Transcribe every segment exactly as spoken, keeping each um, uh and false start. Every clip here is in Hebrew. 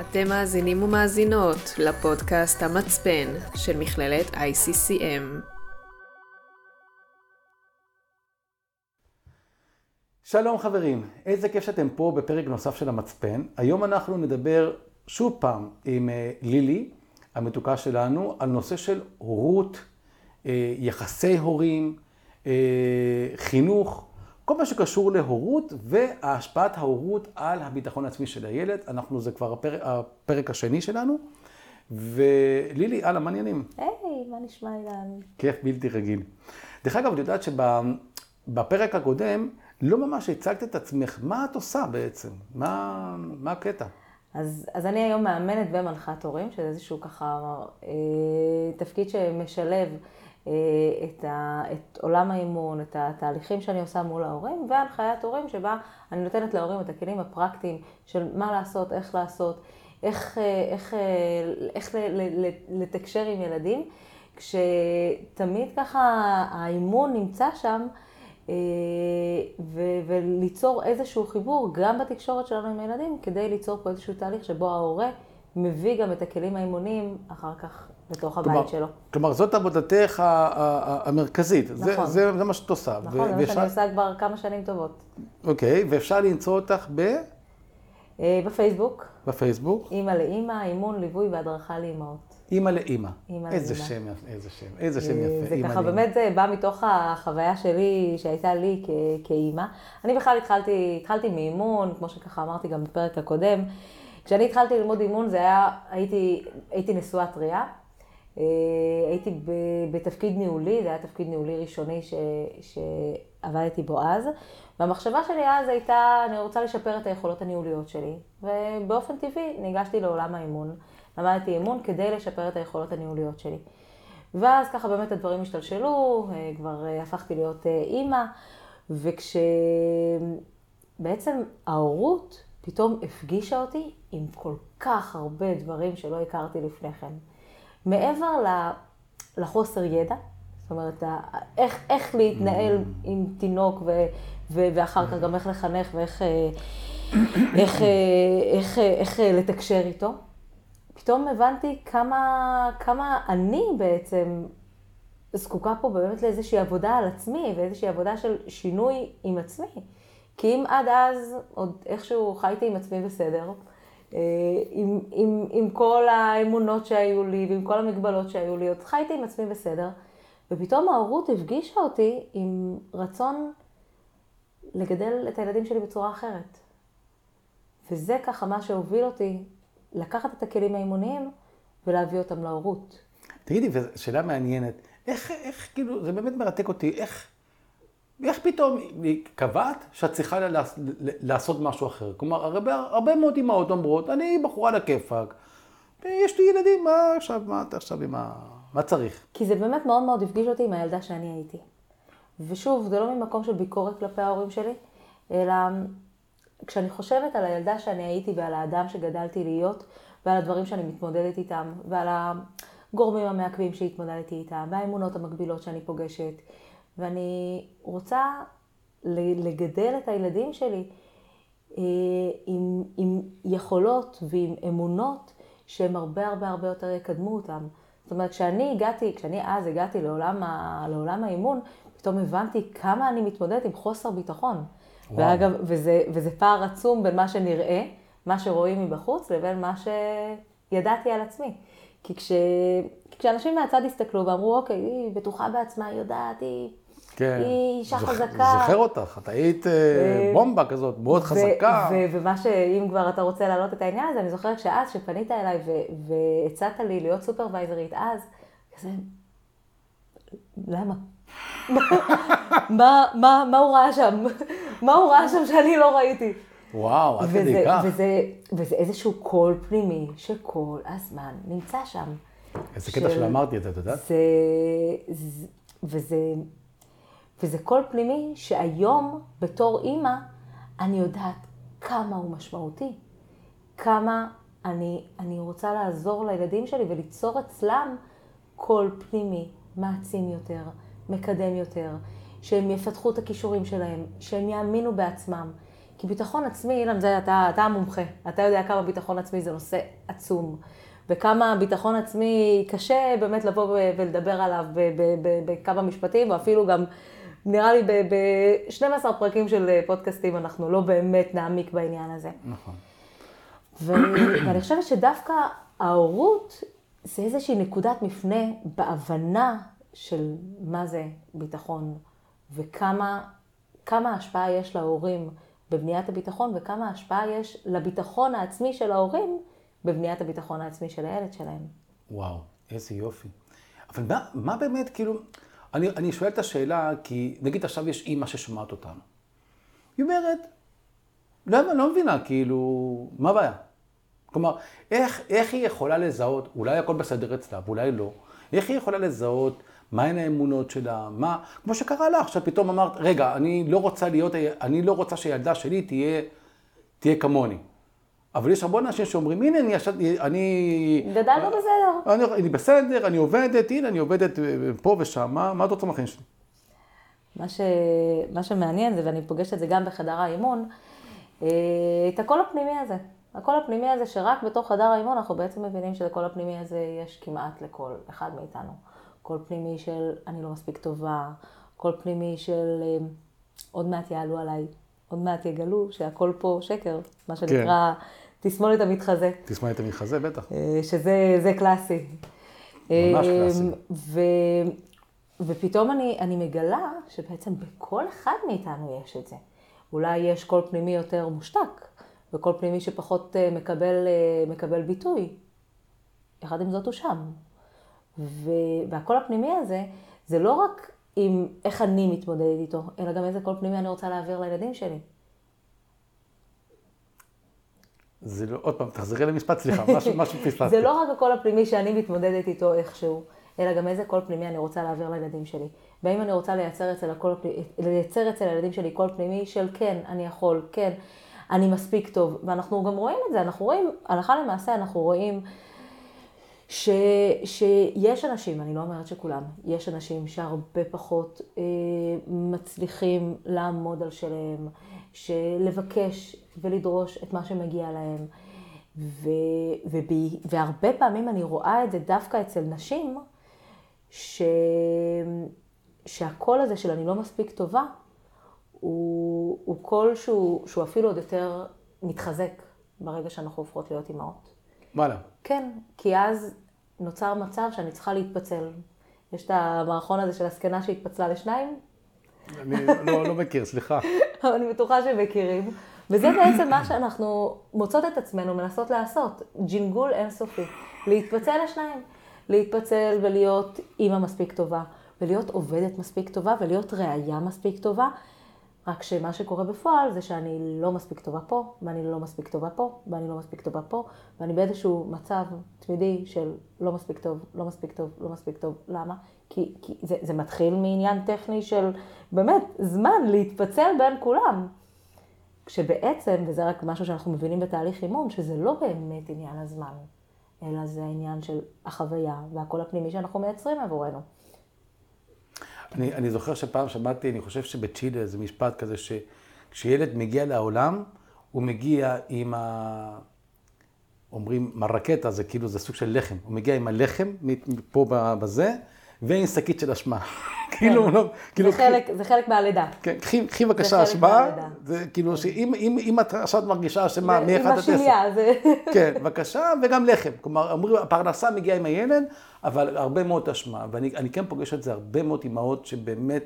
אתם מאזינים ומאזינות לפודקאסט המצפן של מכללת איי סי סי אם. שלום חברים, איזה כיף שאתם פה בפרק נוסף של המצפן. היום אנחנו נדבר שוב פעם עם לילי, המתוקה שלנו, על נושא של הורות, יחסי הורים, חינוך, כל מה שקשור להורות והשפעת ההורות על הביטחון העצמי של הילד. אנחנו, זה כבר הפרק, הפרק השני שלנו. ולילי, הלאה, מעניינים. היי, hey, מה נשמע אילן? כיף בלתי רגיל. דרך אגב, את יודעת שבפרק הקודם לא ממש הצגת את עצמך. מה את עושה בעצם? מה, מה הקטע? אז, אז אני היום מאמנת ומנחת הורים, שזה איזשהו ככה אה, תפקיד שמשלב אה, את, ה, את עולם האימון, את התהליכים שאני עושה מול ההורים, והנחיית הורים שבה אני נותנת להורים את הכלים הפרקטיים של מה לעשות, איך לעשות, איך, איך, איך לתקשר עם ילדים, כשתמיד ככה האימון נמצא שם, וליצור איזשהו חיבור גם בתקשורת שלנו עם הילדים, כדי ליצור פה איזשהו תהליך שבו ההורה מביא גם את הכלים האימוניים אחר כך לתוך הבית שלו. כלומר, זאת עבודתך המרכזית, נכון. זה, זה מה שאת עושה. נכון, זה מה שאני עושה כבר כמה שנים טובות. אוקיי, ואפשר למצוא אותך ב... בפייסבוק. בפייסבוק. אימא לאימא, אימון, ליווי והדרכה לאימהות. אימא לאימא. אימא איזה לאימא. שם יפה, איזה שם, איזה שם יפה. זה ככה באמת זה בא מתוך החוויה שלי, שהייתה לי כאימא. אני בכלל התחלתי, התחלתי מאימון, כמו שככה אמרתי גם בפרק הקודם. כשאני התחלתי ללמוד אימון, זה היה, הייתי, הייתי נשואה טריה. הייתי בתפקיד ניהולי, זה היה תפקיד ניהולי ראשוני ש, שעבדתי בו אז. והמחשבה שלי אז הייתה, אני רוצה לשפר את היכולות הניהוליות שלי. ובאופן טבעי ניגשתי לעולם האימון. למדתי אימון כדי לשפר את היכולות הניהוליות שלי. ואז ככה באמת הדברים השתלשלו, כבר הפכתי להיות אימא. וכשבעצם ההורות פתאום הפגישה אותי עם כל כך הרבה דברים שלא הכרתי לפני כן. מעבר לחוסר ידע, זאת אומרת, איך, איך להתנהל עם תינוק ו, ו, ואחר כך גם איך לחנך ואיך איך, איך, איך לתקשר איתו. פתאום הבנתי כמה, כמה אני בעצם זקוקה פה באמת לאיזושהי עבודה על עצמי ואיזושהי עבודה של שינוי עם עצמי. כי אם עד אז עוד איכשהו חייתי עם עצמי בסדר, עם, עם, עם כל האמונות שהיו לי ועם כל המגבלות שהיו לי, עוד חייתי עם עצמי בסדר, ופתאום ההורות הפגישה אותי עם רצון לגדל את הילדים שלי בצורה אחרת. וזה ככה מה שהוביל אותי לקחת את הכלים האימוניים ולהביא אותם להורות. תגידי, ושאלה מעניינת, איך, איך, כאילו, זה באמת מרתק אותי, איך, איך פתאום קבעת שאת צריכה לעשות משהו אחר? כלומר, הרבה, הרבה מאוד אמהות אומרות, אני בחורה לכיפק, יש לי ילדים, מה עכשיו, מה אתה עכשיו, מה, מה צריך? כי זה באמת מאוד מאוד הפגיש אותי עם הילדה שאני הייתי. ושוב, זה לא ממקום של ביקורת כלפי ההורים שלי, אלא כשאני חושבת על הילדה שאני הייתי ועל האדם שגדלתי להיות, ועל הדברים שאני מתמודדת איתם, ועל הגורמים המעכבים שהתמודדתי איתם, והאמונות המקבילות שאני פוגשת, ואני רוצה לגדל את הילדים שלי עם, עם יכולות ועם אמונות שהם הרבה הרבה הרבה יותר יקדמו אותם. זאת אומרת, כשאני הגעתי, כשאני אז הגעתי לעולם, ה, לעולם האימון, פתאום הבנתי כמה אני מתמודדת עם חוסר ביטחון. ואגב, וזה, וזה פער עצום בין מה שנראה, מה שרואים מבחוץ, לבין מה שידעתי על עצמי. כי כש, כשאנשים מהצד הסתכלו ואמרו, אוקיי, היא בטוחה בעצמה, היא יודעת, היא, כן. היא אישה זוכ, חזקה. זוכר אותך, את היית ו... בומבה כזאת, מאוד ו... חזקה. ו... ומה שאם כבר אתה רוצה להעלות את העניין הזה, אני זוכרת שאז, שפנית אליי ו... והצעת לי להיות סופרוויזרית אז, כזה, למה? מה, מה, מה הוא ראה שם? מה הוא ראה שם שאני לא ראיתי? וואו, עד כדי כך. וזה, וזה איזשהו קול פנימי שכל הזמן נמצא שם. איזה קטע שאמרתי את זה, אתה יודעת? זה, זה, וזה, וזה קול פנימי שהיום בתור אימא אני יודעת כמה הוא משמעותי. כמה אני, אני רוצה לעזור לילדים שלי וליצור אצלם קול פנימי מעצים יותר, מקדם יותר, שהם יפתחו את הכישורים שלהם, שהם יאמינו בעצמם. כי ביטחון עצמי, אילן, זה אתה, אתה המומחה. אתה יודע כמה ביטחון עצמי זה נושא עצום. וכמה ביטחון עצמי קשה באמת לבוא ולדבר עליו בכמה משפטים, או אפילו גם, נראה לי, ב-שנים עשר פרקים של פודקאסטים, אנחנו לא באמת נעמיק בעניין הזה. נכון. ואני חושבת שדווקא ההורות זה איזושהי נקודת מפנה בהבנה של מה זה ביטחון, וכמה כמה השפעה יש להורים בבניית הביטחון, וכמה השפעה יש לביטחון העצמי של ההורים בבניית הביטחון העצמי של הילד שלהם. וואו, איזה יופי. אבל מה, מה באמת, כאילו, אני, אני שואל את השאלה, כי נגיד עכשיו יש אימא ששומעת אותנו. היא אומרת, לא, לא מבינה, כאילו, מה הבעיה? כלומר, איך, איך היא יכולה לזהות, אולי הכל בסדר אצלה, ואולי לא, איך היא יכולה לזהות מהן האמונות שלה, מה, כמו שקרה לך, שפתאום אמרת, רגע, אני לא רוצה להיות, אני לא רוצה שהילדה שלי תהיה, תהיה כמוני. אבל יש הרבה אנשים שאומרים, הנה, אני, אני... גדלנו בסדר. אני, אני בסדר, אני עובדת, הנה, אני עובדת פה ושם, מה, מה את רוצה מהחיים שלי? מה, ש... מה שמעניין זה, ואני פוגשת את זה גם בחדר האימון, את הקול הפנימי הזה. הקול הפנימי הזה שרק בתוך חדר האימון אנחנו בעצם מבינים שלקול הפנימי הזה יש כמעט לכל אחד מאיתנו. קול פנימי של אני לא מספיק טובה, קול פנימי של עוד מעט יעלו עליי, עוד מעט יגלו שהכל פה שקר, מה שנקרא תסמונת המתחזה. תסמונת המתחזה, בטח. שזה זה קלאסי. ממש קלאסי. ו... ופתאום אני, אני מגלה שבעצם בכל אחד מאיתנו יש את זה. אולי יש קול פנימי יותר מושתק, וקול פנימי שפחות מקבל, מקבל ביטוי. אחד עם זאת הוא שם. והקול הפנימי הזה, זה לא רק עם איך אני מתמודדת איתו, אלא גם איזה קול פנימי אני רוצה להעביר לילדים שלי. זה לא, עוד פעם, תחזרי למשפט, סליחה, משהו, משהו פספסתי. זה לא רק הקול הפנימי שאני מתמודדת איתו איכשהו, אלא גם איזה קול פנימי אני רוצה להעביר לילדים שלי. והאם אני רוצה לייצר אצל, הקול, לייצר אצל הילדים שלי קול פנימי של כן, אני יכול, כן, אני מספיק טוב. ואנחנו גם רואים את זה, אנחנו רואים, הלכה למעשה אנחנו רואים ש, שיש אנשים, אני לא אומרת שכולם, יש אנשים שהרבה פחות אה, מצליחים לעמוד על שלהם, שלבקש ולדרוש את מה שמגיע להם. ו, וב, והרבה פעמים אני רואה את זה דווקא אצל נשים, ש, שהקול הזה של אני לא מספיק טובה, הוא, הוא קול שהוא, שהוא אפילו עוד יותר מתחזק ברגע שאנחנו הופכות להיות אימהות. וואלה. כן, כי אז נוצר מצב שאני צריכה להתפצל. יש את המערכון הזה של הסקנה שהתפצלה לשניים. אני לא, לא מכיר, סליחה. אבל אני בטוחה שמכירים. וזה בעצם מה שאנחנו מוצאות את עצמנו, מנסות לעשות. ג'ינגול אינסופי. להתפצל לשניים. להתפצל ולהיות אימא מספיק טובה, ולהיות עובדת מספיק טובה, ולהיות ראייה מספיק טובה. רק שמה שקורה בפועל זה שאני לא מספיק טובה פה, ואני לא מספיק טובה פה, ואני לא מספיק טובה פה, ואני באיזשהו מצב תמידי של לא מספיק טוב, לא מספיק טוב, לא מספיק טוב. למה? כי, כי זה, זה מתחיל מעניין טכני של באמת זמן להתפצל בין כולם. כשבעצם, וזה רק משהו שאנחנו מבינים בתהליך אימון, שזה לא באמת עניין הזמן, אלא זה העניין של החוויה והקול הפנימי שאנחנו מייצרים עבורנו. אני, אני זוכר שפעם שמעתי, אני חושב שבצ'ילה זה משפט כזה שכשילד מגיע לעולם, הוא מגיע עם ה... אומרים מרקטה, זה כאילו, זה סוג של לחם. הוא מגיע עם הלחם, פה בזה, ועם שקית של אשמה. כאילו, לא, כאילו... זה חלק מהלידה. כן, קחי בבקשה אשמה, זה כאילו שאם את עכשיו מרגישה אשמה מאחד עד עשר. עם השיליה, זה... כן, בבקשה, וגם לחם. כלומר, אומרים, הפרנסה מגיעה עם הילד, אבל הרבה מאוד אשמה. ואני כן פוגש את זה, הרבה מאוד אמהות שבאמת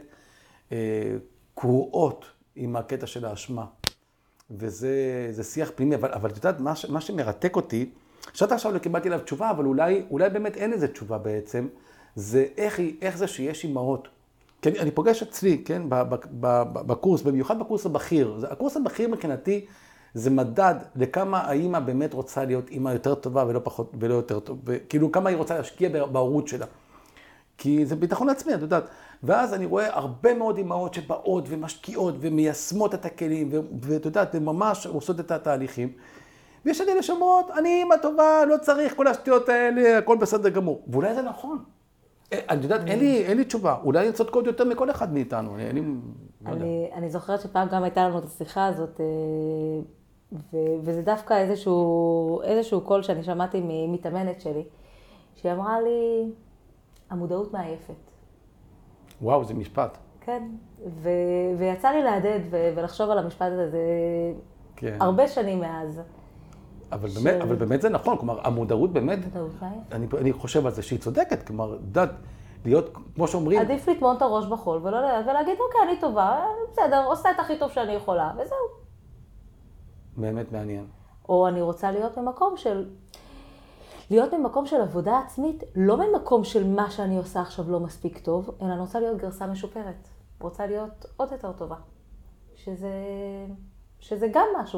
קרועות עם הקטע של האשמה. וזה שיח פנימי, אבל את יודעת, מה שמרתק אותי, שאתה עכשיו לא קיבלתי עליו תשובה, אבל אולי באמת אין איזה תשובה בעצם, זה איך זה שיש אמהות. כי אני, אני פוגש אצלי, כן, בקורס, במיוחד בקורס הבכיר. הקורס הבכיר מבחינתי זה מדד לכמה האמא באמת רוצה להיות אמא יותר טובה ולא פחות, ולא יותר טוב. כאילו כמה היא רוצה להשקיע בהורות שלה. כי זה ביטחון עצמי, את יודעת. ואז אני רואה הרבה מאוד אמהות שבאות ומשקיעות ומיישמות את הכלים, ואת יודעת, הן ממש עושות את התהליכים. ויש אלה שאומרות, אני אמא טובה, לא צריך כל השטויות האלה, הכל בסדר גמור. ואולי זה נכון. אני יודעת, אין לי, אין לי תשובה. אולי אני צודקות יותר מכל אחד מאיתנו. אני, לא יודע. אני, אני זוכרת שפעם גם הייתה לנו את השיחה הזאת, אה, ו, וזה דווקא איזשהו, איזשהו קול שאני שמעתי ממתאמנת שלי, שהיא אמרה לי, המודעות מעייפת. וואו, זה משפט. כן, ו, ויצא לי להדד ו, ולחשוב על המשפט הזה כן. הרבה שנים מאז. אבל, ש... באמת, אבל באמת זה נכון, כלומר, המודעות באמת, מודעות מעייפת. אני, אני חושב על זה שהיא צודקת, כלומר, דעת, להיות, כמו שאומרים, עדיף לטמון את הראש בחול ולא, ולהגיד, אוקיי, אני טובה, בסדר, עושה את הכי טוב שאני יכולה, וזהו. באמת מעניין. או אני רוצה להיות במקום של, להיות במקום של עבודה עצמית, לא במקום של מה שאני עושה עכשיו לא מספיק טוב, אלא אני רוצה להיות גרסה משופרת. רוצה להיות עוד יותר טובה. שזה, שזה גם משהו.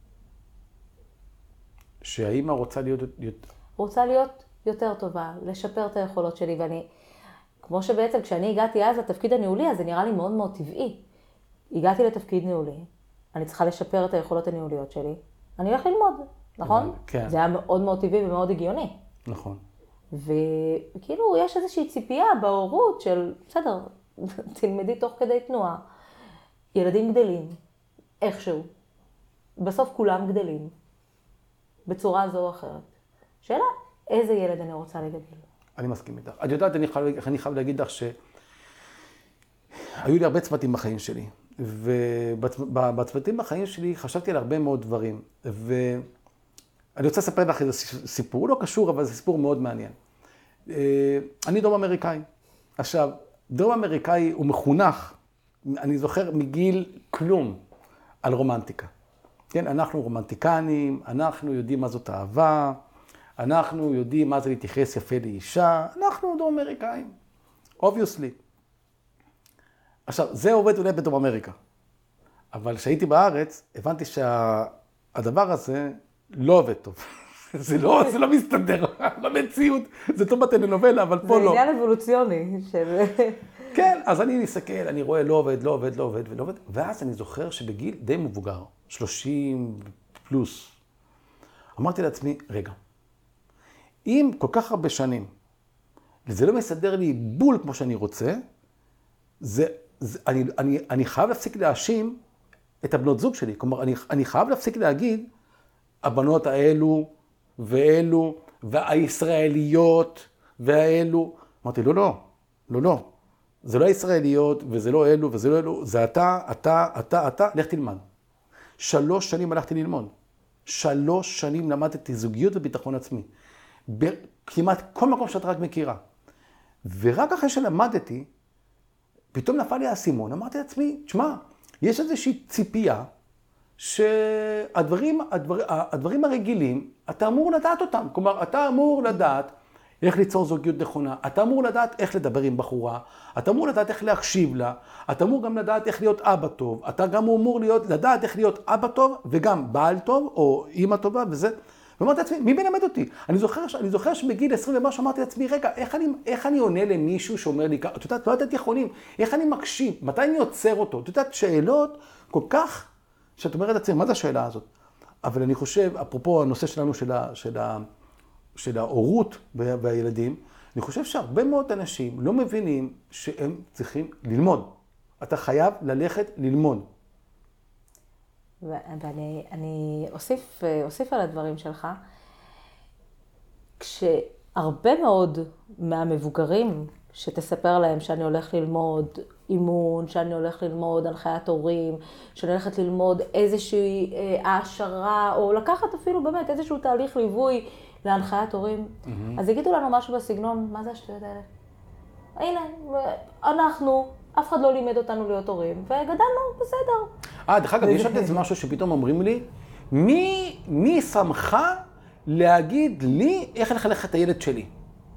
שהאימא רוצה להיות... רוצה להיות יותר טובה, לשפר את היכולות שלי, ואני, כמו שבעצם כשאני הגעתי אז לתפקיד הניהולי, אז זה נראה לי מאוד מאוד טבעי. הגעתי לתפקיד ניהולי, אני צריכה לשפר את היכולות הניהוליות שלי, אני הולך ללמוד, נכון? כן. זה היה מאוד מאוד טבעי ומאוד הגיוני. נכון. וכאילו יש איזושהי ציפייה בהורות של, בסדר, תלמדי תוך כדי תנועה. ילדים גדלים, איכשהו. בסוף כולם גדלים, בצורה זו או אחרת. שאלה, איזה ילד אני רוצה לגדל? אני מסכים איתך. את יודעת, אני חייב, אני חייב להגיד לך שהיו לי הרבה צוותים בחיים שלי. ובצוותים בחיים שלי חשבתי על הרבה מאוד דברים. ואני רוצה לספר לך איזה סיפור, הוא לא קשור, אבל זה סיפור מאוד מעניין. אני דרום אמריקאי. עכשיו, דרום אמריקאי הוא מחונך, אני זוכר מגיל כלום, על רומנטיקה. כן, אנחנו רומנטיקנים, אנחנו יודעים מה זאת אהבה, אנחנו יודעים מה זה להתייחס יפה לאישה, אנחנו דרום אמריקאים, obviously. עכשיו, זה עובד אולי בדרום אמריקה, אבל כשהייתי בארץ, הבנתי שהדבר הזה לא עובד טוב. זה לא, זה לא מסתדר, במציאות, זה טוב בטלנובלה, אבל פה לא. זה עניין אבולוציוני של... כן, אז אני מסתכל, אני רואה לא עובד, לא עובד, לא עובד ולא עובד, ואז אני זוכר שבגיל די מבוגר, שלושים פלוס, אמרתי לעצמי, רגע, אם כל כך הרבה שנים, וזה לא מסדר לי בול כמו שאני רוצה, זה, זה, אני, אני, אני חייב להפסיק להאשים את הבנות זוג שלי. כלומר, אני, אני חייב להפסיק להגיד, הבנות האלו ואלו, והישראליות והאלו. אמרתי, לא, לא, לא, לא. זה לא הישראליות, וזה לא אלו, וזה לא אלו, זה אתה, אתה, אתה, אתה, לך תלמד. שלוש שנים הלכתי ללמוד. שלוש שנים למדתי זוגיות וביטחון עצמי. כמעט כל מקום שאת רק מכירה. ורק אחרי שלמדתי, פתאום נפל לי האסימון, אמרתי לעצמי, תשמע, יש איזושהי ציפייה, שהדברים הדבר, הדברים הרגילים, אתה אמור לדעת אותם. כלומר, אתה אמור לדעת איך ליצור זוגיות נכונה, אתה אמור לדעת איך לדבר עם בחורה, אתה אמור לדעת איך להקשיב לה, אתה אמור גם לדעת איך להיות אבא טוב, אתה גם אמור להיות, לדעת איך להיות אבא טוב וגם בעל טוב או אמא טובה וזה. ואמרתי לעצמי, מי מלמד אותי? אני זוכר, אני זוכר שבגיל עשרים ומשהו אמרתי לעצמי, רגע, איך אני, איך אני עונה למישהו שאומר לי, את יודעת, לא יודעת יכולים, איך אני מקשיב, מתי אני עוצר אותו? את יודעת, שאלות כל כך, שאת אומרת לעצמי, מה זה השאלה הזאת? אבל אני חושב, אפרופו הנושא שלנו של ה, של ה, של ההורות והילדים, אני חושב שהרבה מאוד אנשים לא מבינים שהם צריכים ללמוד. אתה חייב ללכת ללמוד. ואני אני אוסיף, אוסיף על הדברים שלך, כשהרבה מאוד מהמבוגרים שתספר להם שאני הולך ללמוד אימון, שאני הולך ללמוד הנחיית הורים, שאני הולכת ללמוד איזושהי העשרה, או לקחת אפילו באמת איזשהו תהליך ליווי להנחיית הורים, mm-hmm. אז יגידו לנו משהו בסגנון, מה זה השטויות האלה? הנה, אנחנו, אף אחד לא לימד אותנו להיות הורים, וגדלנו, בסדר. אה, דרך אגב, יש עוד איזה משהו שפתאום אומרים לי, מי, מי שמך להגיד לי איך לחנך את הילד שלי?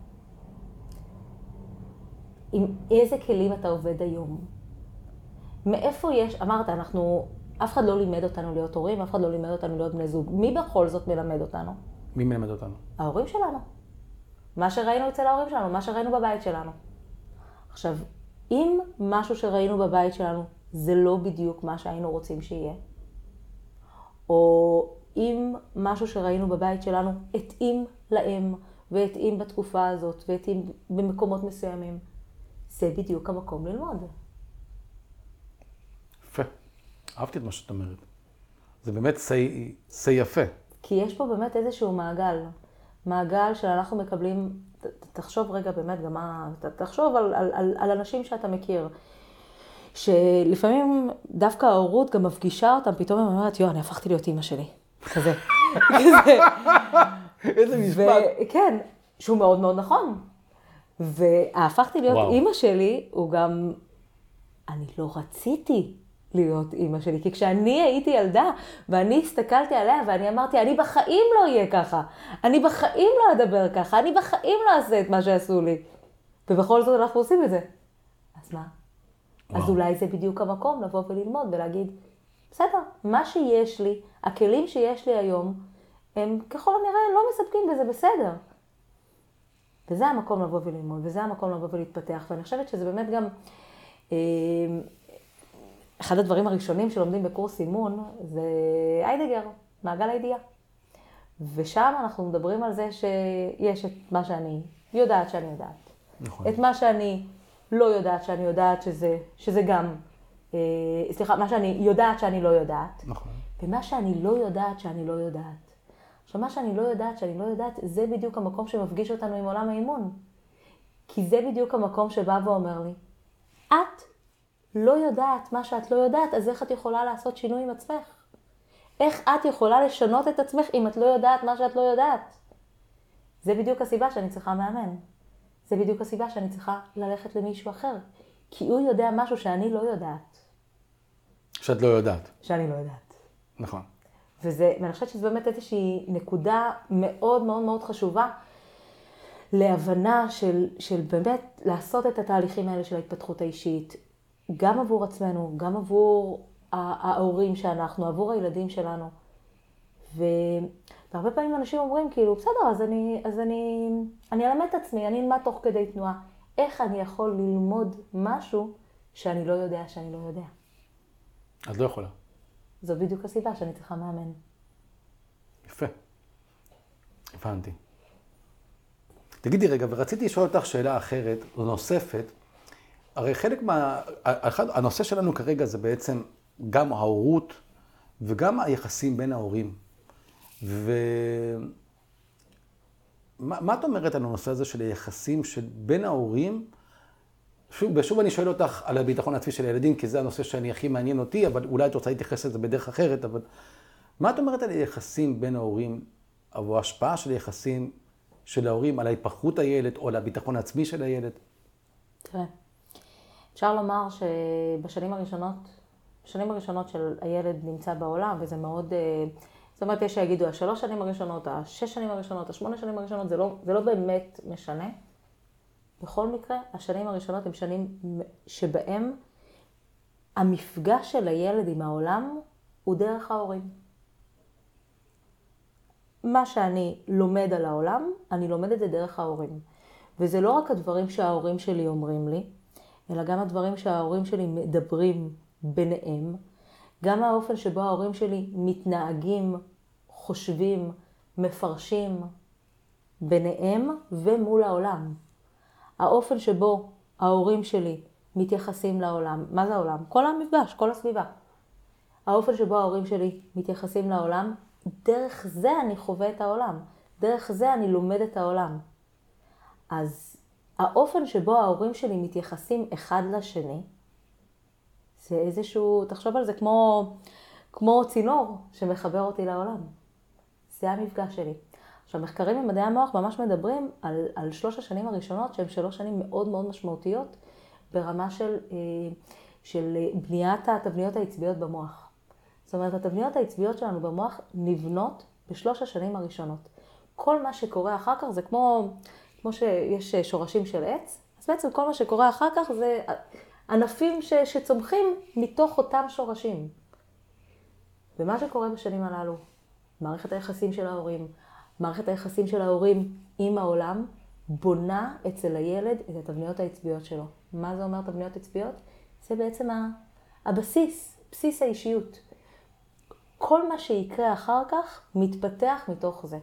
עם איזה כלים אתה עובד היום? מאיפה יש, אמרת, אנחנו, אף אחד לא לימד אותנו להיות הורים, אף אחד לא לימד אותנו להיות בני זוג. מי בכל זאת מלמד אותנו? מי מלמד אותנו? ההורים שלנו. מה שראינו אצל ההורים שלנו, מה שראינו בבית שלנו. עכשיו, אם משהו שראינו בבית שלנו, זה לא בדיוק מה שהיינו רוצים שיהיה, או אם משהו שראינו בבית שלנו התאים להם, והתאים בתקופה הזאת, והתאים במקומות מסוימים, זה בדיוק המקום ללמוד. אהבתי את מה שאת אומרת. זה באמת סי, סי יפה. כי יש פה באמת איזשהו מעגל. מעגל שאנחנו מקבלים, ת, תחשוב רגע באמת גם מה, ת, תחשוב על, על, על, על אנשים שאתה מכיר. שלפעמים דווקא ההורות גם מפגישה אותם, פתאום הם אומרת, יו, אני הפכתי להיות אמא שלי. כזה. כזה. איזה משפט. כן, שהוא מאוד מאוד נכון. והפכתי להיות וואו. אמא שלי, הוא גם, אני לא רציתי להיות אמא שלי, כי כשאני הייתי ילדה, ואני הסתכלתי עליה, ואני אמרתי, אני בחיים לא אהיה ככה. אני בחיים לא אדבר ככה. אני בחיים לא אעשה את מה שעשו לי. ובכל זאת אנחנו עושים את זה. אז מה? וואו. אז אולי זה בדיוק המקום לבוא וללמוד ולהגיד, בסדר, מה שיש לי, הכלים שיש לי היום, הם ככל הנראה לא מספקים בזה בסדר. וזה המקום לבוא וללמוד, וזה המקום לבוא ולהתפתח. ואני חושבת שזה באמת גם, אה, אחד הדברים הראשונים שלומדים בקורס אימון, זה היידגר, מעגל הידיעה. ושם אנחנו מדברים על זה שיש את מה שאני יודעת שאני יודעת. נכון. את מה שאני לא יודעת שאני יודעת שזה, שזה גם, אה, סליחה, מה שאני יודעת שאני לא יודעת. נכון. ומה שאני לא יודעת שאני לא יודעת. עכשיו, מה שאני לא יודעת שאני לא יודעת, זה בדיוק המקום שמפגיש אותנו עם עולם האימון. כי זה בדיוק המקום שבא ואומר לי, את לא יודעת מה שאת לא יודעת, אז איך את יכולה לעשות שינוי עם עצמך? איך את יכולה לשנות את עצמך אם את לא יודעת מה שאת לא יודעת? זה בדיוק הסיבה שאני צריכה מאמן. זה בדיוק הסיבה שאני צריכה ללכת למישהו אחר. כי הוא יודע משהו שאני לא יודעת. שאת לא יודעת. שאני לא יודעת. נכון. וזה, ואני חושבת שזה באמת איזושהי נקודה מאוד מאוד מאוד חשובה להבנה של, של באמת לעשות את התהליכים האלה של ההתפתחות האישית, גם עבור עצמנו, גם עבור ההורים שאנחנו, עבור הילדים שלנו. והרבה פעמים אנשים אומרים כאילו, בסדר, אז אני, אז אני, אני אלמד את עצמי, אני אלמד תוך כדי תנועה. איך אני יכול ללמוד משהו שאני לא יודע שאני לא יודע? את לא יכולה. זו בדיוק הסיבה שאני צריכה מאמן. יפה. הבנתי. תגידי רגע, ורציתי לשאול אותך שאלה אחרת, או נוספת. הרי חלק מה... הנושא שלנו כרגע זה בעצם גם ההורות וגם היחסים בין ההורים. ומה מה את אומרת על הנושא הזה של היחסים בין ההורים? שוב, ושוב אני שואל אותך על הביטחון העצמי של הילדים, כי זה הנושא שאני הכי מעניין אותי, אבל אולי את רוצה להתייחס לזה בדרך אחרת, אבל מה את אומרת על היחסים בין ההורים, או ההשפעה של היחסים של ההורים על ההתפתחות הילד, או על הביטחון העצמי של הילד? תראה, אפשר לומר שבשנים הראשונות, בשנים הראשונות של הילד נמצא בעולם, וזה מאוד, זאת אומרת, יש שיגידו, השלוש שנים הראשונות, השש שנים הראשונות, השמונה שנים הראשונות, זה לא, זה לא באמת משנה. בכל מקרה, השנים הראשונות הם שנים שבהם המפגש של הילד עם העולם הוא דרך ההורים. מה שאני לומד על העולם, אני לומד את זה דרך ההורים. וזה לא רק הדברים שההורים שלי אומרים לי, אלא גם הדברים שההורים שלי מדברים ביניהם, גם האופן שבו ההורים שלי מתנהגים, חושבים, מפרשים ביניהם ומול העולם. האופן שבו ההורים שלי מתייחסים לעולם, מה זה העולם? כל המפגש, כל הסביבה. האופן שבו ההורים שלי מתייחסים לעולם, דרך זה אני חווה את העולם. דרך זה אני לומד את העולם. אז האופן שבו ההורים שלי מתייחסים אחד לשני, זה איזשהו, תחשוב על זה כמו, כמו צינור שמחבר אותי לעולם. זה המפגש שלי. עכשיו, מחקרים במדעי המוח ממש מדברים על, על שלוש השנים הראשונות, שהן שלוש שנים מאוד מאוד משמעותיות, ברמה של, של בניית התבניות העצביות במוח. זאת אומרת, התבניות העצביות שלנו במוח נבנות בשלוש השנים הראשונות. כל מה שקורה אחר כך זה כמו, כמו שיש שורשים של עץ, אז בעצם כל מה שקורה אחר כך זה ענפים ש, שצומחים מתוך אותם שורשים. ומה שקורה בשנים הללו, מערכת היחסים של ההורים, מערכת היחסים של ההורים עם העולם, בונה אצל הילד את התבניות העצביות שלו. מה זה אומר תבניות עצביות? זה בעצם הבסיס, בסיס האישיות. כל מה שיקרה אחר כך מתפתח מתוך זה.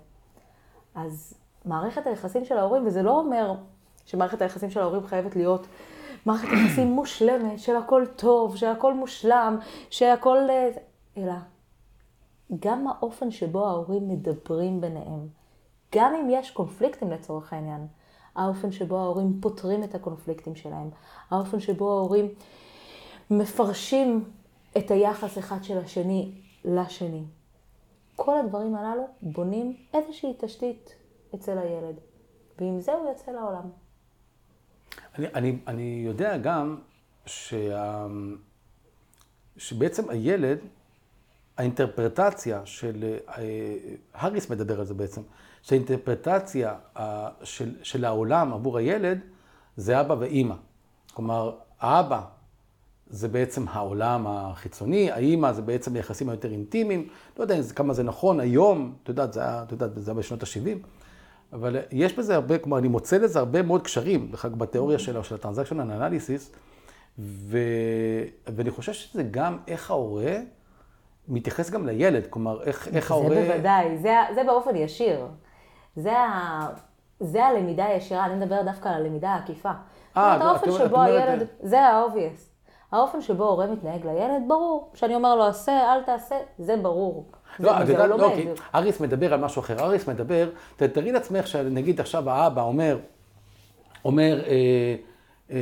אז מערכת היחסים של ההורים, וזה לא אומר שמערכת היחסים של ההורים חייבת להיות מערכת יחסים מושלמת, של הכל טוב, של הכל מושלם, שהכל... אלא גם האופן שבו ההורים מדברים ביניהם, גם אם יש קונפליקטים לצורך העניין, האופן שבו ההורים פותרים את הקונפליקטים שלהם, האופן שבו ההורים מפרשים את היחס אחד של השני לשני. כל הדברים הללו בונים איזושהי תשתית אצל הילד, ועם זה הוא יוצא לעולם. אני, אני, אני יודע גם שה... שבעצם הילד, האינטרפרטציה של, הריס מדבר על זה בעצם, שהאינטרפרטציה של, של העולם עבור הילד זה אבא ואימא. כלומר, האבא זה בעצם העולם החיצוני, האימא זה בעצם היחסים היותר אינטימיים. לא יודע כמה זה נכון היום, אתה יודעת, זה היה, אתה יודעת, זה היה בשנות ה-שבעים. אבל יש בזה הרבה, כלומר, אני מוצא לזה הרבה מאוד קשרים, בכלל בתיאוריה שלה, של הטרנזקשן אנליסיס, ו... ואני חושב שזה גם איך ההורה מתייחס גם לילד, כלומר, איך, איך ההורה... זה בוודאי, זה, זה באופן ישיר. זה, ה... זה הלמידה הישירה, אני מדבר דווקא על הלמידה העקיפה. זאת אומרת, האופן שבו הילד, זה ה-obvious. האופן שבו ההורה מתנהג לילד, ברור. שאני אומר לו, עשה, אל תעשה, זה ברור. לא, אתה יודע, לא, כי אריס מדבר על משהו אחר. אריס מדבר, תראי לעצמך שנגיד עכשיו האבא אומר, אומר, אה, אה,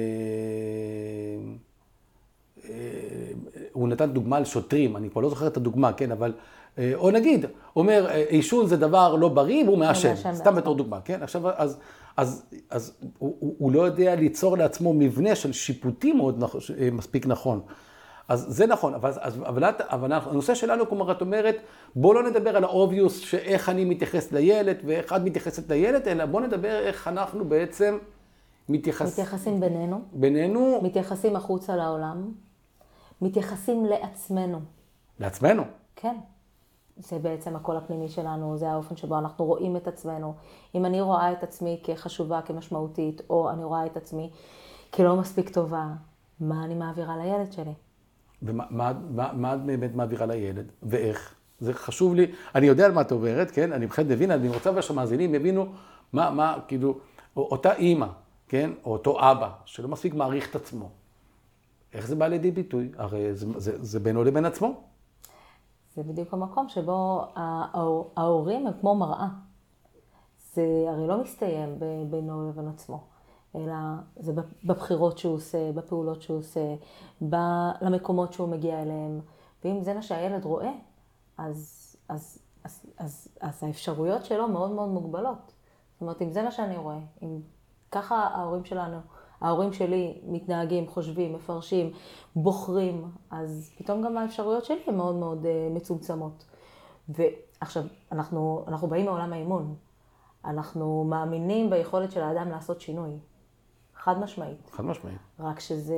אה, הוא נתן דוגמה על שוטרים, אני כבר לא זוכר את הדוגמה, כן, אבל, אה, או נגיד, אומר, עישון זה דבר לא בריא, והוא מעשן, סתם בתור דוגמה, כן? עכשיו, אז, אז, אז הוא, הוא, הוא לא יודע ליצור לעצמו מבנה של שיפוטי מאוד מספיק נכון. אז זה נכון, אבל, אבל, אבל הנושא שלנו, כלומר, את אומרת, בוא לא נדבר על האובייוס שאיך אני מתייחס לילד ואיך את מתייחסת לילד, אלא בוא נדבר איך אנחנו בעצם מתייחס... מתייחסים בינינו. בינינו. מתייחסים החוצה לעולם. מתייחסים לעצמנו. לעצמנו? כן. זה בעצם הקול הפנימי שלנו, זה האופן שבו אנחנו רואים את עצמנו. אם אני רואה את עצמי כחשובה, כמשמעותית, או אני רואה את עצמי כלא מספיק טובה, מה אני מעבירה לילד שלי? ומה מה, מה, מה את באמת מעבירה לילד? ואיך? זה חשוב לי, אני יודע על מה את אומרת, כן? אני בכלל מבין, אני רוצה שהמאזינים יבינו מה, מה, כאילו, אותה אימא, כן? או אותו אבא, שלא מספיק מעריך את עצמו. איך זה בא לידי ביטוי? הרי זה, זה, זה בינו לבין עצמו. זה בדיוק המקום שבו ההורים הם כמו מראה. זה הרי לא מסתיים בינו לבין עצמו. אלא זה בבחירות שהוא עושה, בפעולות שהוא עושה, למקומות שהוא מגיע אליהם. ואם זה מה שהילד רואה, אז, אז, אז, אז, אז האפשרויות שלו מאוד מאוד מוגבלות. זאת אומרת, אם זה מה שאני רואה, אם ככה ההורים שלנו, ההורים שלי מתנהגים, חושבים, מפרשים, בוחרים, אז פתאום גם האפשרויות שלי הן מאוד מאוד uh, מצומצמות. ועכשיו, אנחנו, אנחנו באים מעולם האימון. אנחנו מאמינים ביכולת של האדם לעשות שינוי. חד משמעית. חד משמעית. רק שזה,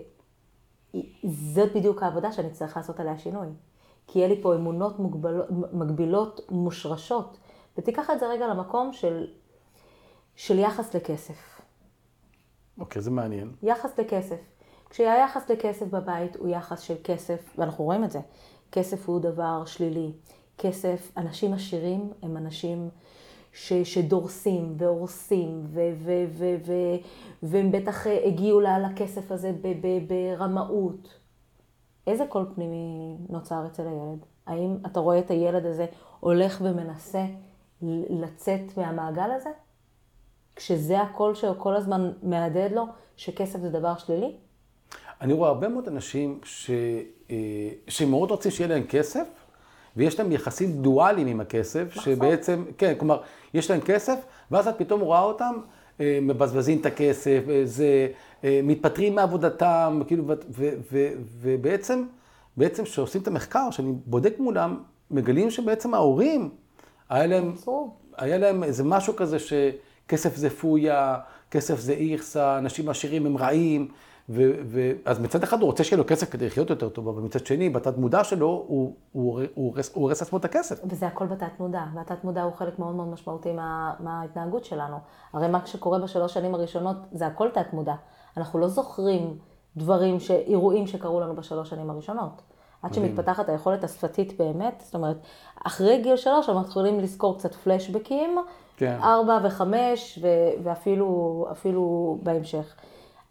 זאת בדיוק העבודה שאני צריך לעשות עליה שינוי. כי יהיה לי פה אמונות מוגבלות, מגבילות מושרשות. ותיקח את זה רגע למקום של, של יחס לכסף. אוקיי, זה מעניין. יחס לכסף. כשהיחס לכסף בבית הוא יחס של כסף, ואנחנו רואים את זה, כסף הוא דבר שלילי. כסף, אנשים עשירים הם אנשים ש, שדורסים והורסים, ו, ו, ו, ו, והם בטח הגיעו לה לכסף הזה ב, ב, ברמאות. איזה קול פנימי נוצר אצל הילד? האם אתה רואה את הילד הזה הולך ומנסה לצאת מהמעגל הזה? כשזה הקול שכל הזמן מעדד לו שכסף זה דבר שלילי? אני רואה הרבה מאוד אנשים ש... שמאוד רוצים שיהיה להם כסף, ויש להם יחסים דואליים עם הכסף, נכון. שבעצם, כן, כלומר, יש להם כסף, ואז את פתאום רואה אותם, מבזבזים את הכסף, זה, מתפטרים מעבודתם, כאילו, ו, ו, ו, ובעצם, בעצם שעושים את המחקר, שאני בודק מולם, מגלים שבעצם ההורים, היה להם, היה להם איזה משהו כזה שכסף זה פויה, כסף זה איכסה, אנשים עשירים הם רעים, ו, ו, אז מצד אחד הוא רוצה שיהיה לו כסף כדי לחיות יותר טוב, אבל מצד שני, בתת מודע שלו, הוא, הוא, הוא, הוא, הוא הורס עצמו את הכסף. וזה הכל בתת מודע, והתת מודע הוא חלק מאוד מאוד משמעותי מה, מההתנהגות שלנו. הרי מה שקורה בשלוש שנים הראשונות, זה הכל תת מודע. אנחנו לא זוכרים דברים, ש, אירועים שקרו לנו בשלוש שנים הראשונות. עד שמתפתחת היכולת השפתית באמת, זאת אומרת, אחרי גיל שלוש, אנחנו יכולים לזכור קצת פלשבקים, כן. ארבע וחמש, ו, ואפילו אפילו בהמשך.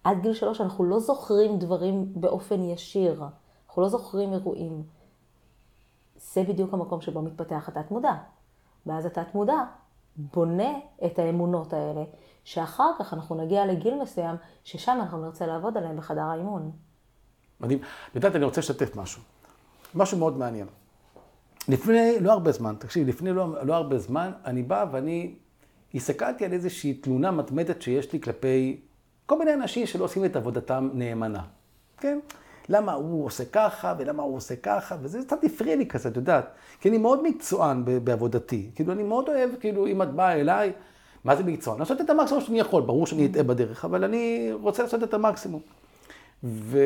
עד גיל שלוש אנחנו לא זוכרים דברים באופן ישיר. אנחנו לא זוכרים אירועים. זה בדיוק המקום שבו מתפתח התת מודע. ואז התת מודע בונה את האמונות האלה, שאחר כך אנחנו נגיע לגיל מסוים, ששם אנחנו נרצה לעבוד עליהם בחדר האימון. מדהים. יודעת, אני רוצה לשתף משהו. משהו מאוד מעניין. לפני לא הרבה זמן, תקשיב, לפני לא, לא הרבה זמן, אני בא ואני הסתכלתי על איזושהי תלונה מתמדת שיש לי כלפי כל מיני אנשים שלא עושים את עבודתם נאמנה. כן? למה הוא עושה ככה, ולמה הוא עושה ככה, וזה קצת הפריע לי כזה, את יודעת. כי אני מאוד מקצוען בעבודתי. כאילו, אני מאוד אוהב, כאילו, אם את באה אליי, מה זה מקצוען? לעשות את המקסימום שאני יכול, ברור שאני אטעה בדרך, אבל אני רוצה לעשות את המקסימום. ו...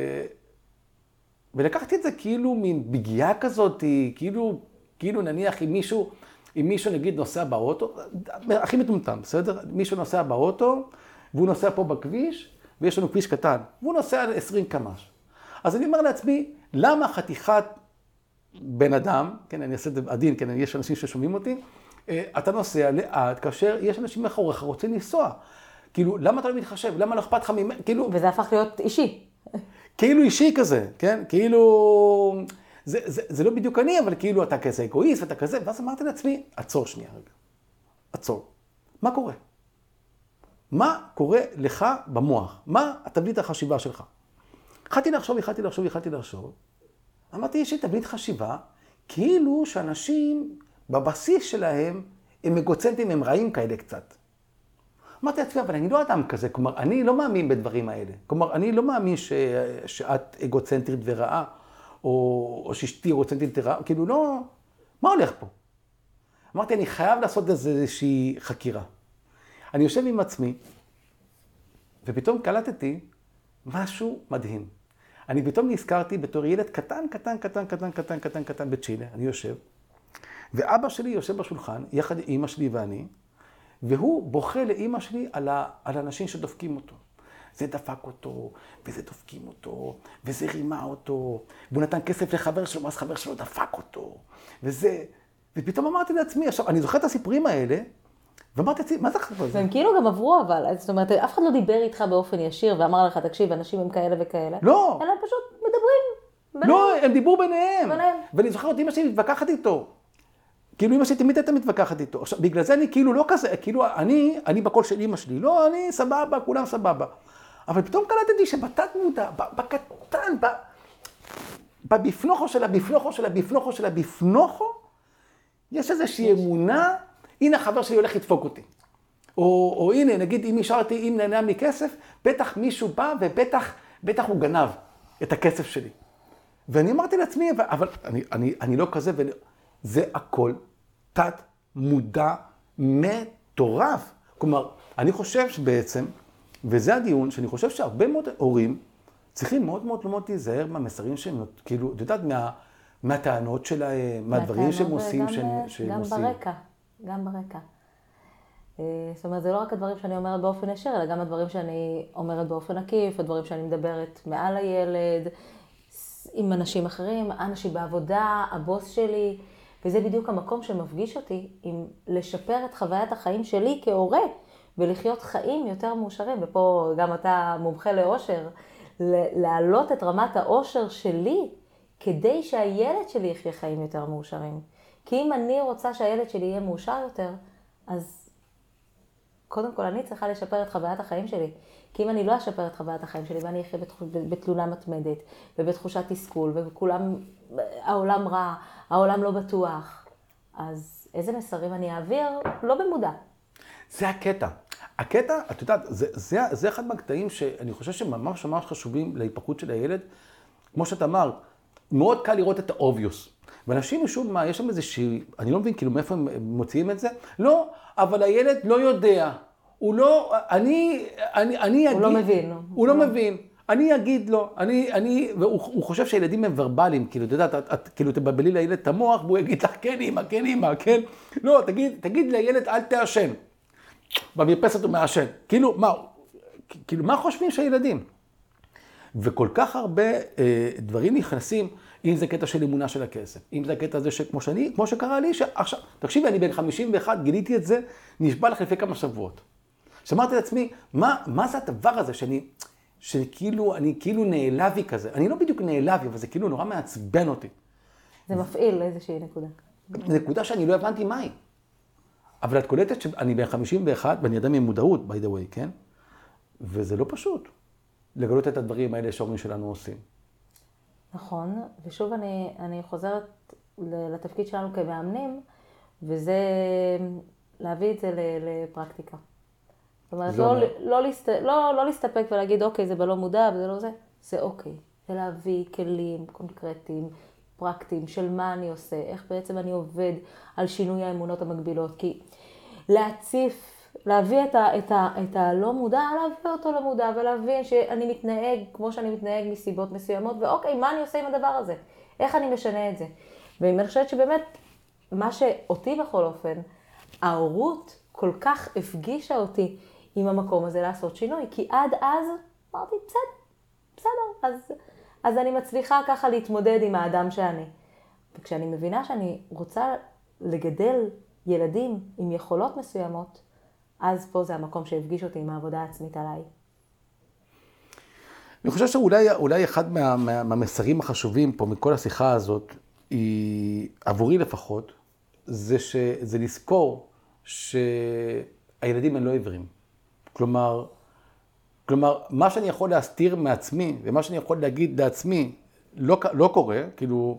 ולקחתי את זה כאילו מין בגיעה כזאת, כאילו, כאילו נניח אם מישהו, אם מישהו נגיד נוסע באוטו, הכי מטומטם, בסדר? מישהו נוסע באוטו, והוא נוסע פה בכביש, ויש לנו כביש קטן, והוא נוסע על עשרים קמ"ש. אז אני אומר לעצמי, למה חתיכת בן אדם, כן, אני אעשה את זה עדין, כן, יש אנשים ששומעים אותי, אתה נוסע לאט, כאשר יש אנשים מאחוריך רוצים לנסוע. כאילו, למה אתה לא מתחשב? למה לא אכפת לך ממנו? כאילו... וזה הפך להיות אישי. כאילו אישי כזה, כן? כאילו... זה, זה, זה לא בדיוק אני, אבל כאילו אתה כזה אגואיסט ואתה כזה, ואז אמרתי לעצמי, עצור שנייה רגע. עצור. מה קורה? מה קורה לך במוח? מה התבנית החשיבה שלך? התחלתי לחשוב, התחלתי לחשוב, התחלתי לחשוב. אמרתי, יש לי תבנית חשיבה, כאילו שאנשים בבסיס שלהם הם אגוצנטים, הם רעים כאלה קצת. אמרתי לעצמי, אבל אני לא אדם כזה, כלומר, אני לא מאמין בדברים האלה. כלומר, אני לא מאמין ש... שאת אגוצנטרית ורעה, או, או שאשתי אגוצנטרית ורעה, כאילו לא... מה הולך פה? אמרתי, אני חייב לעשות איזושהי חקירה. אני יושב עם עצמי, ופתאום קלטתי משהו מדהים. אני פתאום נזכרתי בתור ילד קטן, קטן, קטן, קטן, קטן, קטן, קטן בצ'ילה, אני יושב, ואבא שלי יושב בשולחן, יחד עם אמא שלי ואני, והוא בוכה לאמא שלי על, ה, על האנשים שדופקים אותו. זה דפק אותו, וזה דופקים אותו, וזה רימה אותו, והוא נתן כסף לחבר שלו, ואז חבר שלו דפק אותו, וזה... ופתאום אמרתי לעצמי, עכשיו, אני זוכר את הסיפורים האלה, ואמרתי לעצמי, מה זה חבר הזה? והם כאילו גם עברו, אבל, זאת אומרת, אף אחד לא דיבר איתך באופן ישיר, ואמר לך, תקשיב, אנשים הם כאלה וכאלה. לא. אלא פשוט מדברים ביניהם. לא, הם דיברו ביניהם. ביניהם. ואני זוכר את אמא שלי מתווכחת איתו. כאילו אמא שלי תמיד הייתה מתווכחת איתו. עכשיו, בגלל זה אני כאילו לא כזה, כאילו אני, אני בקול של אמא שלי, לא, אני סבבה, כולם סבבה. אבל פתאום קלטתי שבתת מודע, בקטן, בבפנוכו של הבפנוכו של הבפנוכו של הבפנוכו, יש איזושהי אמונה, הנה החבר שלי הולך לדפוק אותי. או, או הנה, נגיד, אם השארתי, אם נהנה לי כסף, בטח מישהו בא ובטח, בטח הוא גנב את הכסף שלי. ואני אמרתי לעצמי, אבל, אבל אני, אני, אני לא כזה, וזה הכל תת מודע מטורף. כלומר, אני חושב שבעצם, וזה הדיון, שאני חושב שהרבה מאוד הורים צריכים מאוד מאוד מאוד להיזהר מהמסרים שהם, כאילו, את יודעת, מה, מהטענות שלהם, מהדברים שהם עושים, שהם, שהם גם עושים. ברקע, גם ברקע. זאת אומרת, זה לא רק הדברים שאני אומרת באופן ישיר, אלא גם הדברים שאני אומרת באופן עקיף, הדברים שאני מדברת מעל הילד, עם אנשים אחרים, אנשים בעבודה, הבוס שלי, וזה בדיוק המקום שמפגיש אותי עם לשפר את חוויית החיים שלי כהורה, ולחיות חיים יותר מאושרים, ופה גם אתה מומחה לאושר, להעלות את רמת האושר שלי, כדי שהילד שלי יחיה חיים יותר מאושרים. כי אם אני רוצה שהילד שלי יהיה מאושר יותר, אז קודם כל אני צריכה לשפר את חוויית החיים שלי. כי אם אני לא אשפר את חוויית החיים שלי, ואני אחיה בתלונה מתמדת, ובתחושת תסכול, וכולם, העולם רע, העולם לא בטוח, אז איזה מסרים אני אעביר? לא במודע. זה הקטע. הקטע, את יודעת, זה, זה, זה אחד מהקטעים שאני חושב שממש ממש חשובים להיפתחות של הילד. כמו שאתה אמר, מאוד קל לראות את האובייוס. ואנשים משום מה, יש שם איזושהי, אני לא מבין כאילו מאיפה הם מוציאים את זה. לא, אבל הילד לא יודע. הוא לא, אני, אני, אני אגיד... הוא לא מבין. הוא לא מבין. אני אגיד לו, אני, אני, והוא חושב שהילדים הם ורבליים, כאילו, אתה יודע, את, את, כאילו, תבלבלי לילד את המוח, והוא יגיד לך, כן אמא, כן אמא, כן? לא, תגיד, תגיד לילד, אל תעשן. במרפסת הוא מעשן. כאילו, מה, כאילו, מה חושבים שהילדים? וכל כך הרבה אה, דברים נכנסים, אם זה קטע של אמונה של הכסף, אם זה הקטע הזה שכמו שאני, כמו שקרה לי, שעכשיו, תקשיבי, אני בן חמישים ואחת, גיליתי את זה, נשבע לך לפני כמה שבועות. שאמרתי לעצמי, מה, מה זה הדבר הזה שאני, שכאילו, אני כאילו נעלבי כזה. אני לא בדיוק נעלבי, אבל זה כאילו נורא מעצבן אותי. זה מפעיל לאיזושהי נקודה. נקודה שאני לא הבנתי מהי. אבל את קולטת שאני בן חמישים ואחת, ואני אדם עם מודעות, by the way, כן? וזה לא פשוט לגלות את הדברים האלה שההורים שלנו עושים. נכון, ושוב אני, אני חוזרת לתפקיד שלנו כמאמנים, וזה להביא את זה לפרקטיקה. זאת אומרת, לא, לא, להסת, לא, לא להסתפק ולהגיד, אוקיי, זה בלא מודע, וזה לא זה, זה אוקיי. זה להביא כלים קונקרטיים, פרקטיים, של מה אני עושה, איך בעצם אני עובד על שינוי האמונות המקבילות, כי להציף, להביא את, ה, את, ה, את הלא מודע, להביא אותו למודע, ולהבין שאני מתנהג כמו שאני מתנהג מסיבות מסוימות, ואוקיי, מה אני עושה עם הדבר הזה? איך אני משנה את זה? ואני חושבת שבאמת, מה שאותי בכל אופן, ההורות כל כך הפגישה אותי עם המקום הזה לעשות שינוי, כי עד אז אמרתי, בסדר, בסדר, אז, אז אני מצליחה ככה להתמודד עם האדם שאני. וכשאני מבינה שאני רוצה לגדל ילדים עם יכולות מסוימות, אז פה זה המקום שהפגיש אותי עם העבודה העצמית עליי. אני חושב שאולי אולי אחד מה, מה, מהמסרים החשובים פה מכל השיחה הזאת, היא, עבורי לפחות, זה, ש, זה לזכור שהילדים הם לא עיוורים. כלומר, כלומר, מה שאני יכול להסתיר מעצמי, ומה שאני יכול להגיד לעצמי, לא, לא קורה, כאילו,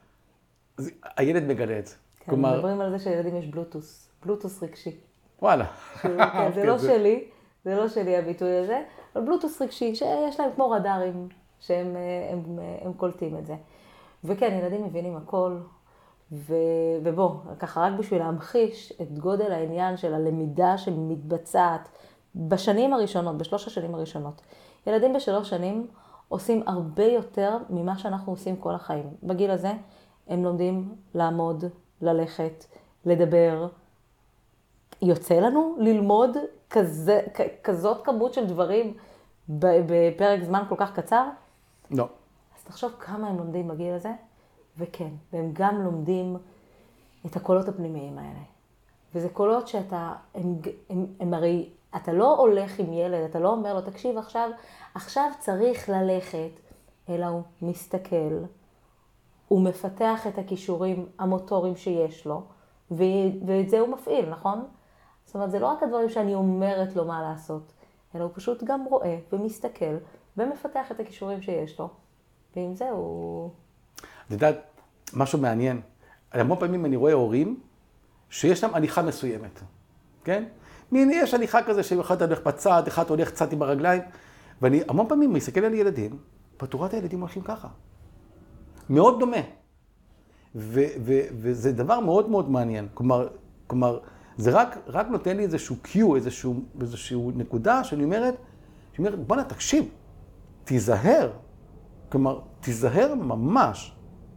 הילד מגלה את זה. כן, כלומר, מדברים על זה שילדים יש בלוטוס, בלוטוס רגשי. וואלה. כן, זה לא שלי, זה לא שלי הביטוי הזה, אבל בלוטוס רגשי, שיש להם כמו רדארים, שהם הם, הם, הם קולטים את זה. וכן, ילדים מבינים הכל, ו, ובוא, ככה רק בשביל להמחיש את גודל העניין של הלמידה שמתבצעת בשנים הראשונות, בשלוש השנים הראשונות. ילדים בשלוש שנים עושים הרבה יותר ממה שאנחנו עושים כל החיים. בגיל הזה הם לומדים לעמוד, ללכת, לדבר. יוצא לנו ללמוד כזה, כזאת כמות של דברים בפרק זמן כל כך קצר? לא. אז תחשוב כמה הם לומדים בגיל הזה, וכן, והם גם לומדים את הקולות הפנימיים האלה. וזה קולות שאתה, הם, הם, הם הרי, אתה לא הולך עם ילד, אתה לא אומר לו, תקשיב עכשיו, עכשיו צריך ללכת, אלא הוא מסתכל, הוא מפתח את הכישורים המוטוריים שיש לו, ו, ואת זה הוא מפעיל, נכון? זאת אומרת, זה לא רק הדברים שאני אומרת לו מה לעשות, אלא הוא פשוט גם רואה ומסתכל ומפתח את הכישורים שיש לו, ועם זה הוא... את יודעת, משהו מעניין. המון פעמים אני רואה הורים שיש להם הליכה מסוימת, כן? מין, יש הליכה כזה שאחד הולך בצד, אחד הולך קצת עם הרגליים, ואני המון פעמים מסתכל על ילדים, בתורת הילדים הולכים ככה. מאוד דומה. ו- ו- וזה דבר מאוד מאוד מעניין. כלומר, כלומר זה רק, רק נותן לי איזשהו קיו, איזשהו, איזשהו נקודה שאני אומרת, שאני אומרת, בוא נה, תקשיב, תיזהר. כלומר, תיזהר ממש.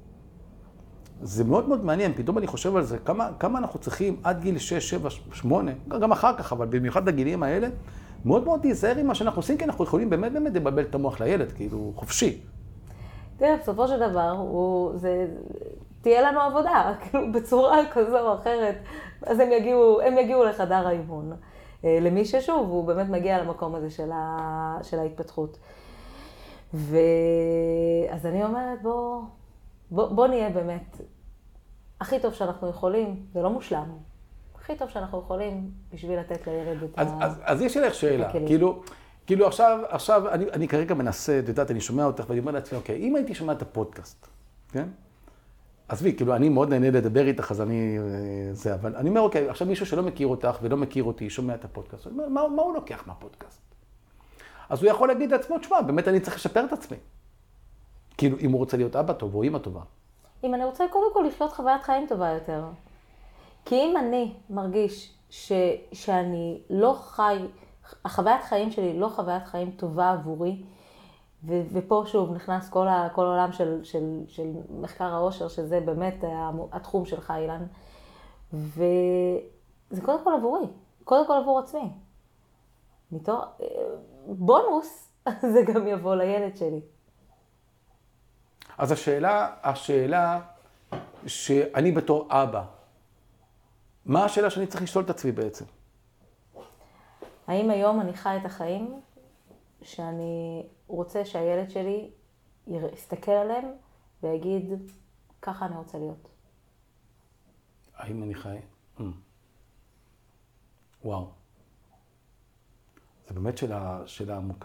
זה מאוד מאוד מעניין, פתאום אני חושב על זה, כמה, כמה אנחנו צריכים עד גיל שש, שבע, שמונה, גם אחר כך, אבל במיוחד בגילים האלה, מאוד מאוד להיזהר עם מה שאנחנו עושים, כי אנחנו יכולים באמת באמת לבלבל את המוח לילד, כאילו חופשי. תראה, בסופו של דבר, הוא, זה, תהיה לנו עבודה, כאילו בצורה כזו או אחרת, אז הם יגיעו, הם יגיעו לחדר האימון. למי ששוב, הוא באמת מגיע למקום הזה של, ה, של ההתפתחות. ואז אני אומרת, בוא, בוא, בוא נהיה באמת הכי טוב שאנחנו יכולים, זה לא מושלם, הכי טוב שאנחנו יכולים בשביל לתת לילד את אז, ה... אז, אז יש לך שאלה, כאילו, כאילו עכשיו, עכשיו אני, אני כרגע מנסה, את יודעת, אני שומע אותך ואני אומר לעצמי, אוקיי, אם הייתי שומע את הפודקאסט, כן? עזבי, כאילו, אני מאוד נהנה לדבר איתך, אז אני, זה, אבל אני אומר, אוקיי, עכשיו מישהו שלא מכיר אותך ולא מכיר אותי, שומע את הפודקאסט, אני אומר, מה, מה הוא לוקח מהפודקאסט? אז הוא יכול להגיד לעצמו, תשמע, באמת אני צריך לשפר את עצמי. כאילו, אם הוא רוצה להיות אבא טוב או אמא טובה. אם אני רוצה קודם כל לחיות חוויית חיים טובה יותר. כי אם אני מרגיש ש, שאני לא חי, החוויית חיים שלי לא חוויית חיים טובה עבורי, ו, ופה שוב נכנס כל, ה, כל העולם של, של, של מחקר העושר, שזה באמת התחום שלך, אילן. וזה קודם כל עבורי, קודם כל עבור עצמי. מתוך בונוס, זה גם יבוא לילד שלי. אז השאלה, השאלה שאני בתור אבא, מה השאלה שאני צריך לשאול את עצמי בעצם? האם היום אני חי את החיים שאני רוצה שהילד שלי יסתכל עליהם ויגיד, ככה אני רוצה להיות. האם אני חי? Mm. וואו. זה באמת שאלה, שאלה עמוקה.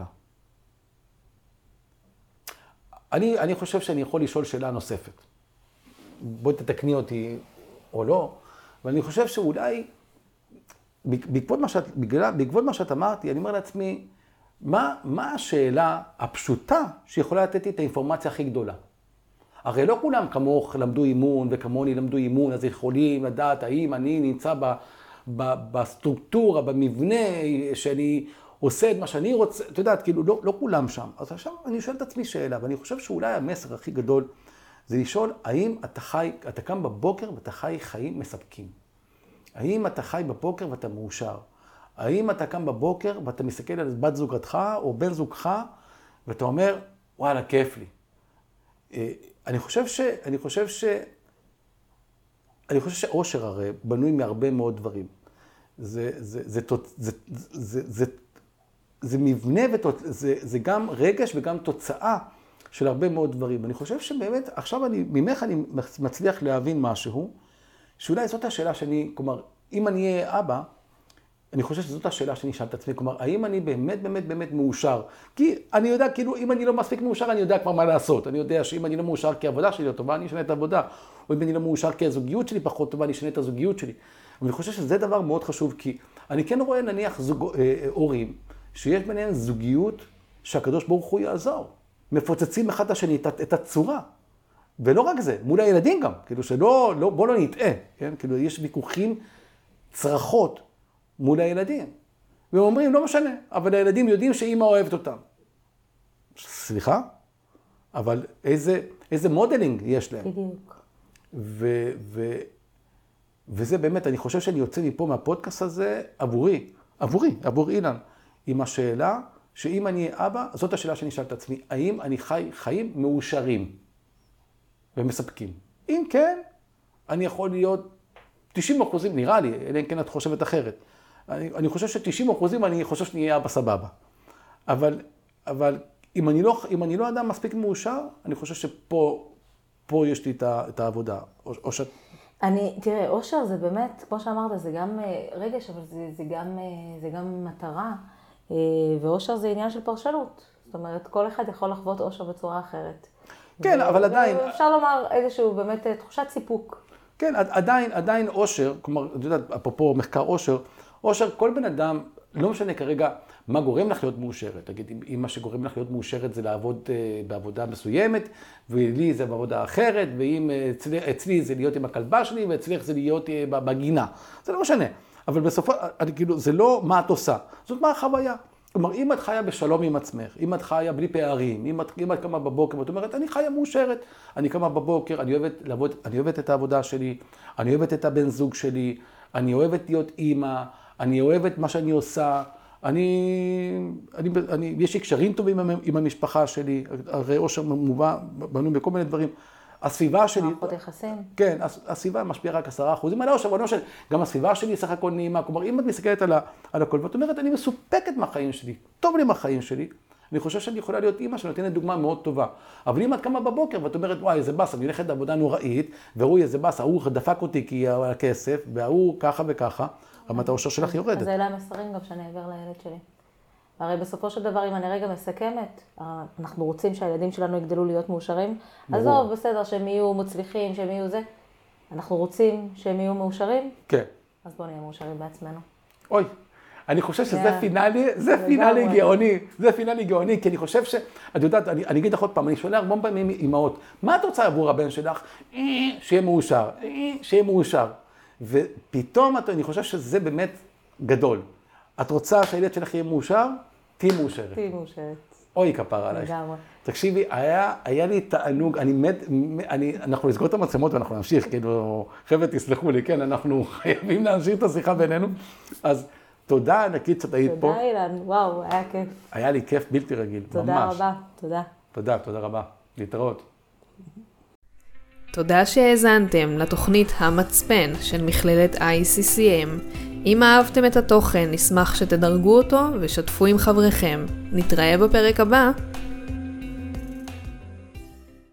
אני, אני חושב שאני יכול לשאול שאלה נוספת. בואי תתקני אותי או לא, אבל אני חושב שאולי, בעקבות מה שאת, בגלל, בעקבות מה שאת אמרתי, אני אומר לעצמי, מה, מה השאלה הפשוטה שיכולה לתת לי את האינפורמציה הכי גדולה? הרי לא כולם כמוך למדו אימון וכמוני למדו אימון, אז יכולים לדעת האם אני נמצא ב, ב, בסטרוקטורה, במבנה, שאני עושה את מה שאני רוצה, אתה יודעת, כאילו לא, לא כולם שם. אז עכשיו אני שואל את עצמי שאלה, ואני חושב שאולי המסר הכי גדול זה לשאול, האם אתה חי, אתה קם בבוקר ואתה חי חיים מספקים? האם אתה חי בבוקר ואתה מאושר? האם אתה קם בבוקר ואתה מסתכל על בת זוגתך או בן זוגך ואתה אומר, וואלה, כיף לי. אני חושב ש... אני חושב ש... אני חושב שאושר הרי בנוי מהרבה מאוד דברים. זה, זה, זה, זה, זה, זה, זה מבנה וזה, זה גם רגש וגם תוצאה של הרבה מאוד דברים. אני חושב שבאמת, עכשיו אני, ממך אני מצליח להבין משהו, שאולי זאת השאלה שאני, כלומר, אם אני אהיה אבא, אני חושב שזאת השאלה שאני אשאל את עצמי, כלומר, האם אני באמת באמת באמת מאושר? כי אני יודע, כאילו, אם אני לא מספיק מאושר, אני יודע כבר מה לעשות. אני יודע שאם אני לא מאושר כי העבודה שלי לא טובה, אני אשנה את העבודה. או אם אני לא מאושר כי הזוגיות שלי פחות טובה, אני אשנה את הזוגיות שלי. אבל אני חושב שזה דבר מאוד חשוב, כי אני כן רואה, נניח, זוג, אה, הורים, שיש ביניהם זוגיות שהקדוש ברוך הוא יעזור. מפוצצים אחד את השני, את, את הצורה. ולא רק זה, מול הילדים גם. כאילו שלא, לא, בוא לא נטעה, כן? כאילו, יש ויכוחים, צרחות, מול הילדים. והם אומרים, לא משנה, אבל הילדים יודעים שאמא אוהבת אותם. סליחה? אבל איזה, איזה מודלינג יש להם. בדיוק. ו, ו, וזה באמת, אני חושב שאני יוצא מפה מהפודקאסט הזה עבורי, עבורי, עבור אילן, עם השאלה שאם אני אבא, זאת השאלה שאני אשאל את עצמי, האם אני חי חיים מאושרים ומספקים? אם כן, אני יכול להיות תשעים אחוזים, נראה לי, אלא אם כן את חושבת אחרת. אני, אני חושב ש-תשעים אחוזים אני חושב שאני אהיה אבא סבבה. אבל, אבל אם אני לא, אם אני לא אדם מספיק מאושר, אני חושב שפה, פה יש לי את, ה, את העבודה. או, או ש... אני, תראה, אושר זה באמת, כמו שאמרת, זה גם רגש, אבל זה, זה גם, זה גם מטרה. ואושר זה עניין של פרשנות. זאת אומרת, כל אחד יכול לחוות אושר בצורה אחרת. כן, ו- אבל עדיין... אפשר לומר איזשהו באמת תחושת סיפוק. כן, עדיין, עדיין אושר, כלומר, את יודעת, אפרופו מחקר אושר, אושר, כל בן אדם, לא משנה כרגע מה גורם לך להיות מאושרת. תגיד, אם מה שגורם לך להיות מאושרת זה לעבוד בעבודה מסוימת, ולי זה בעבודה אחרת, ואם אצלי, אצלי זה להיות עם הכלבה שלי, ואצלך זה להיות בגינה. זה לא משנה. אבל בסופו, אני, כאילו, זה לא מה את עושה, זאת מה החוויה. כלומר, אם את חיה בשלום עם עצמך, אם את חיה בלי פערים, אם את, אם את קמה בבוקר, ואת אומרת, אני חיה מאושרת, אני קמה בבוקר, אני אוהבת לעבוד, אני אוהבת את העבודה שלי, אני אוהבת את הבן זוג שלי, אני אוהבת להיות אימא, אני אוהבת מה שאני עושה, אני, אני, אני, יש לי קשרים טובים עם, עם המשפחה שלי, הרי אושר מובא, בנו בכל מיני דברים. הסביבה שלי... מערכות יחסים. כן, הסביבה משפיעה רק עשרה אחוזים על האושר, אבל לא של... גם הסביבה שלי סך הכל נעימה. כלומר, אם את מסתכלת על, ה... על הכל, ואת אומרת, אני מסופקת מהחיים שלי, טוב לי מהחיים שלי, אני חושב שאני יכולה להיות אימא שנותנת דוגמה מאוד טובה. אבל אם את קמה בבוקר ואת אומרת, וואי, איזה באס, אני הולכת לעבודה נוראית, והוא איזה באס, ההוא דפק אותי כי הכסף, והוא ככה וככה, רמת האושר שלך יורדת. אז אלה המסרים גם שאני אעבר לילד שלי. הרי בסופו של דבר, אם אני רגע מסכמת, אנחנו רוצים שהילדים שלנו יגדלו להיות מאושרים. עזוב, בסדר, שהם יהיו מצליחים, שהם יהיו זה. אנחנו רוצים שהם יהיו מאושרים? כן. אז בואו נהיה מאושרים בעצמנו. אוי, אני חושב שזה פינאלי, זה פינאלי גאוני. זה פינאלי גאוני, כי אני חושב ש... את יודעת, אני אגיד לך עוד פעם, אני שואל הרבה פעמים אימהות, מה את רוצה עבור הבן שלך? שיהיה מאושר, שיהיה מאושר. ופתאום אני חושב שזה באמת גדול. את רוצה שהילד שלך יהיה מאושר? תהי מאושרת. תהי מאושרת. אוי, כפרה עלייך. לגמרי. תקשיבי, היה, היה לי תענוג, אני מת, אני, אנחנו נסגור את המצלמות ואנחנו נמשיך, כאילו, חבר'ה, תסלחו לי, כן, אנחנו חייבים להמשיך את השיחה בינינו. אז תודה ענקית שאת היית פה. תודה אילן, וואו, היה כיף. היה לי כיף בלתי רגיל, ממש. תודה רבה, תודה. תודה, תודה רבה. להתראות. תודה שהאזנתם לתוכנית המצפן של מכללת איי סי סי אם. אם אהבתם את התוכן, נשמח שתדרגו אותו ושתפו עם חבריכם. נתראה בפרק הבא.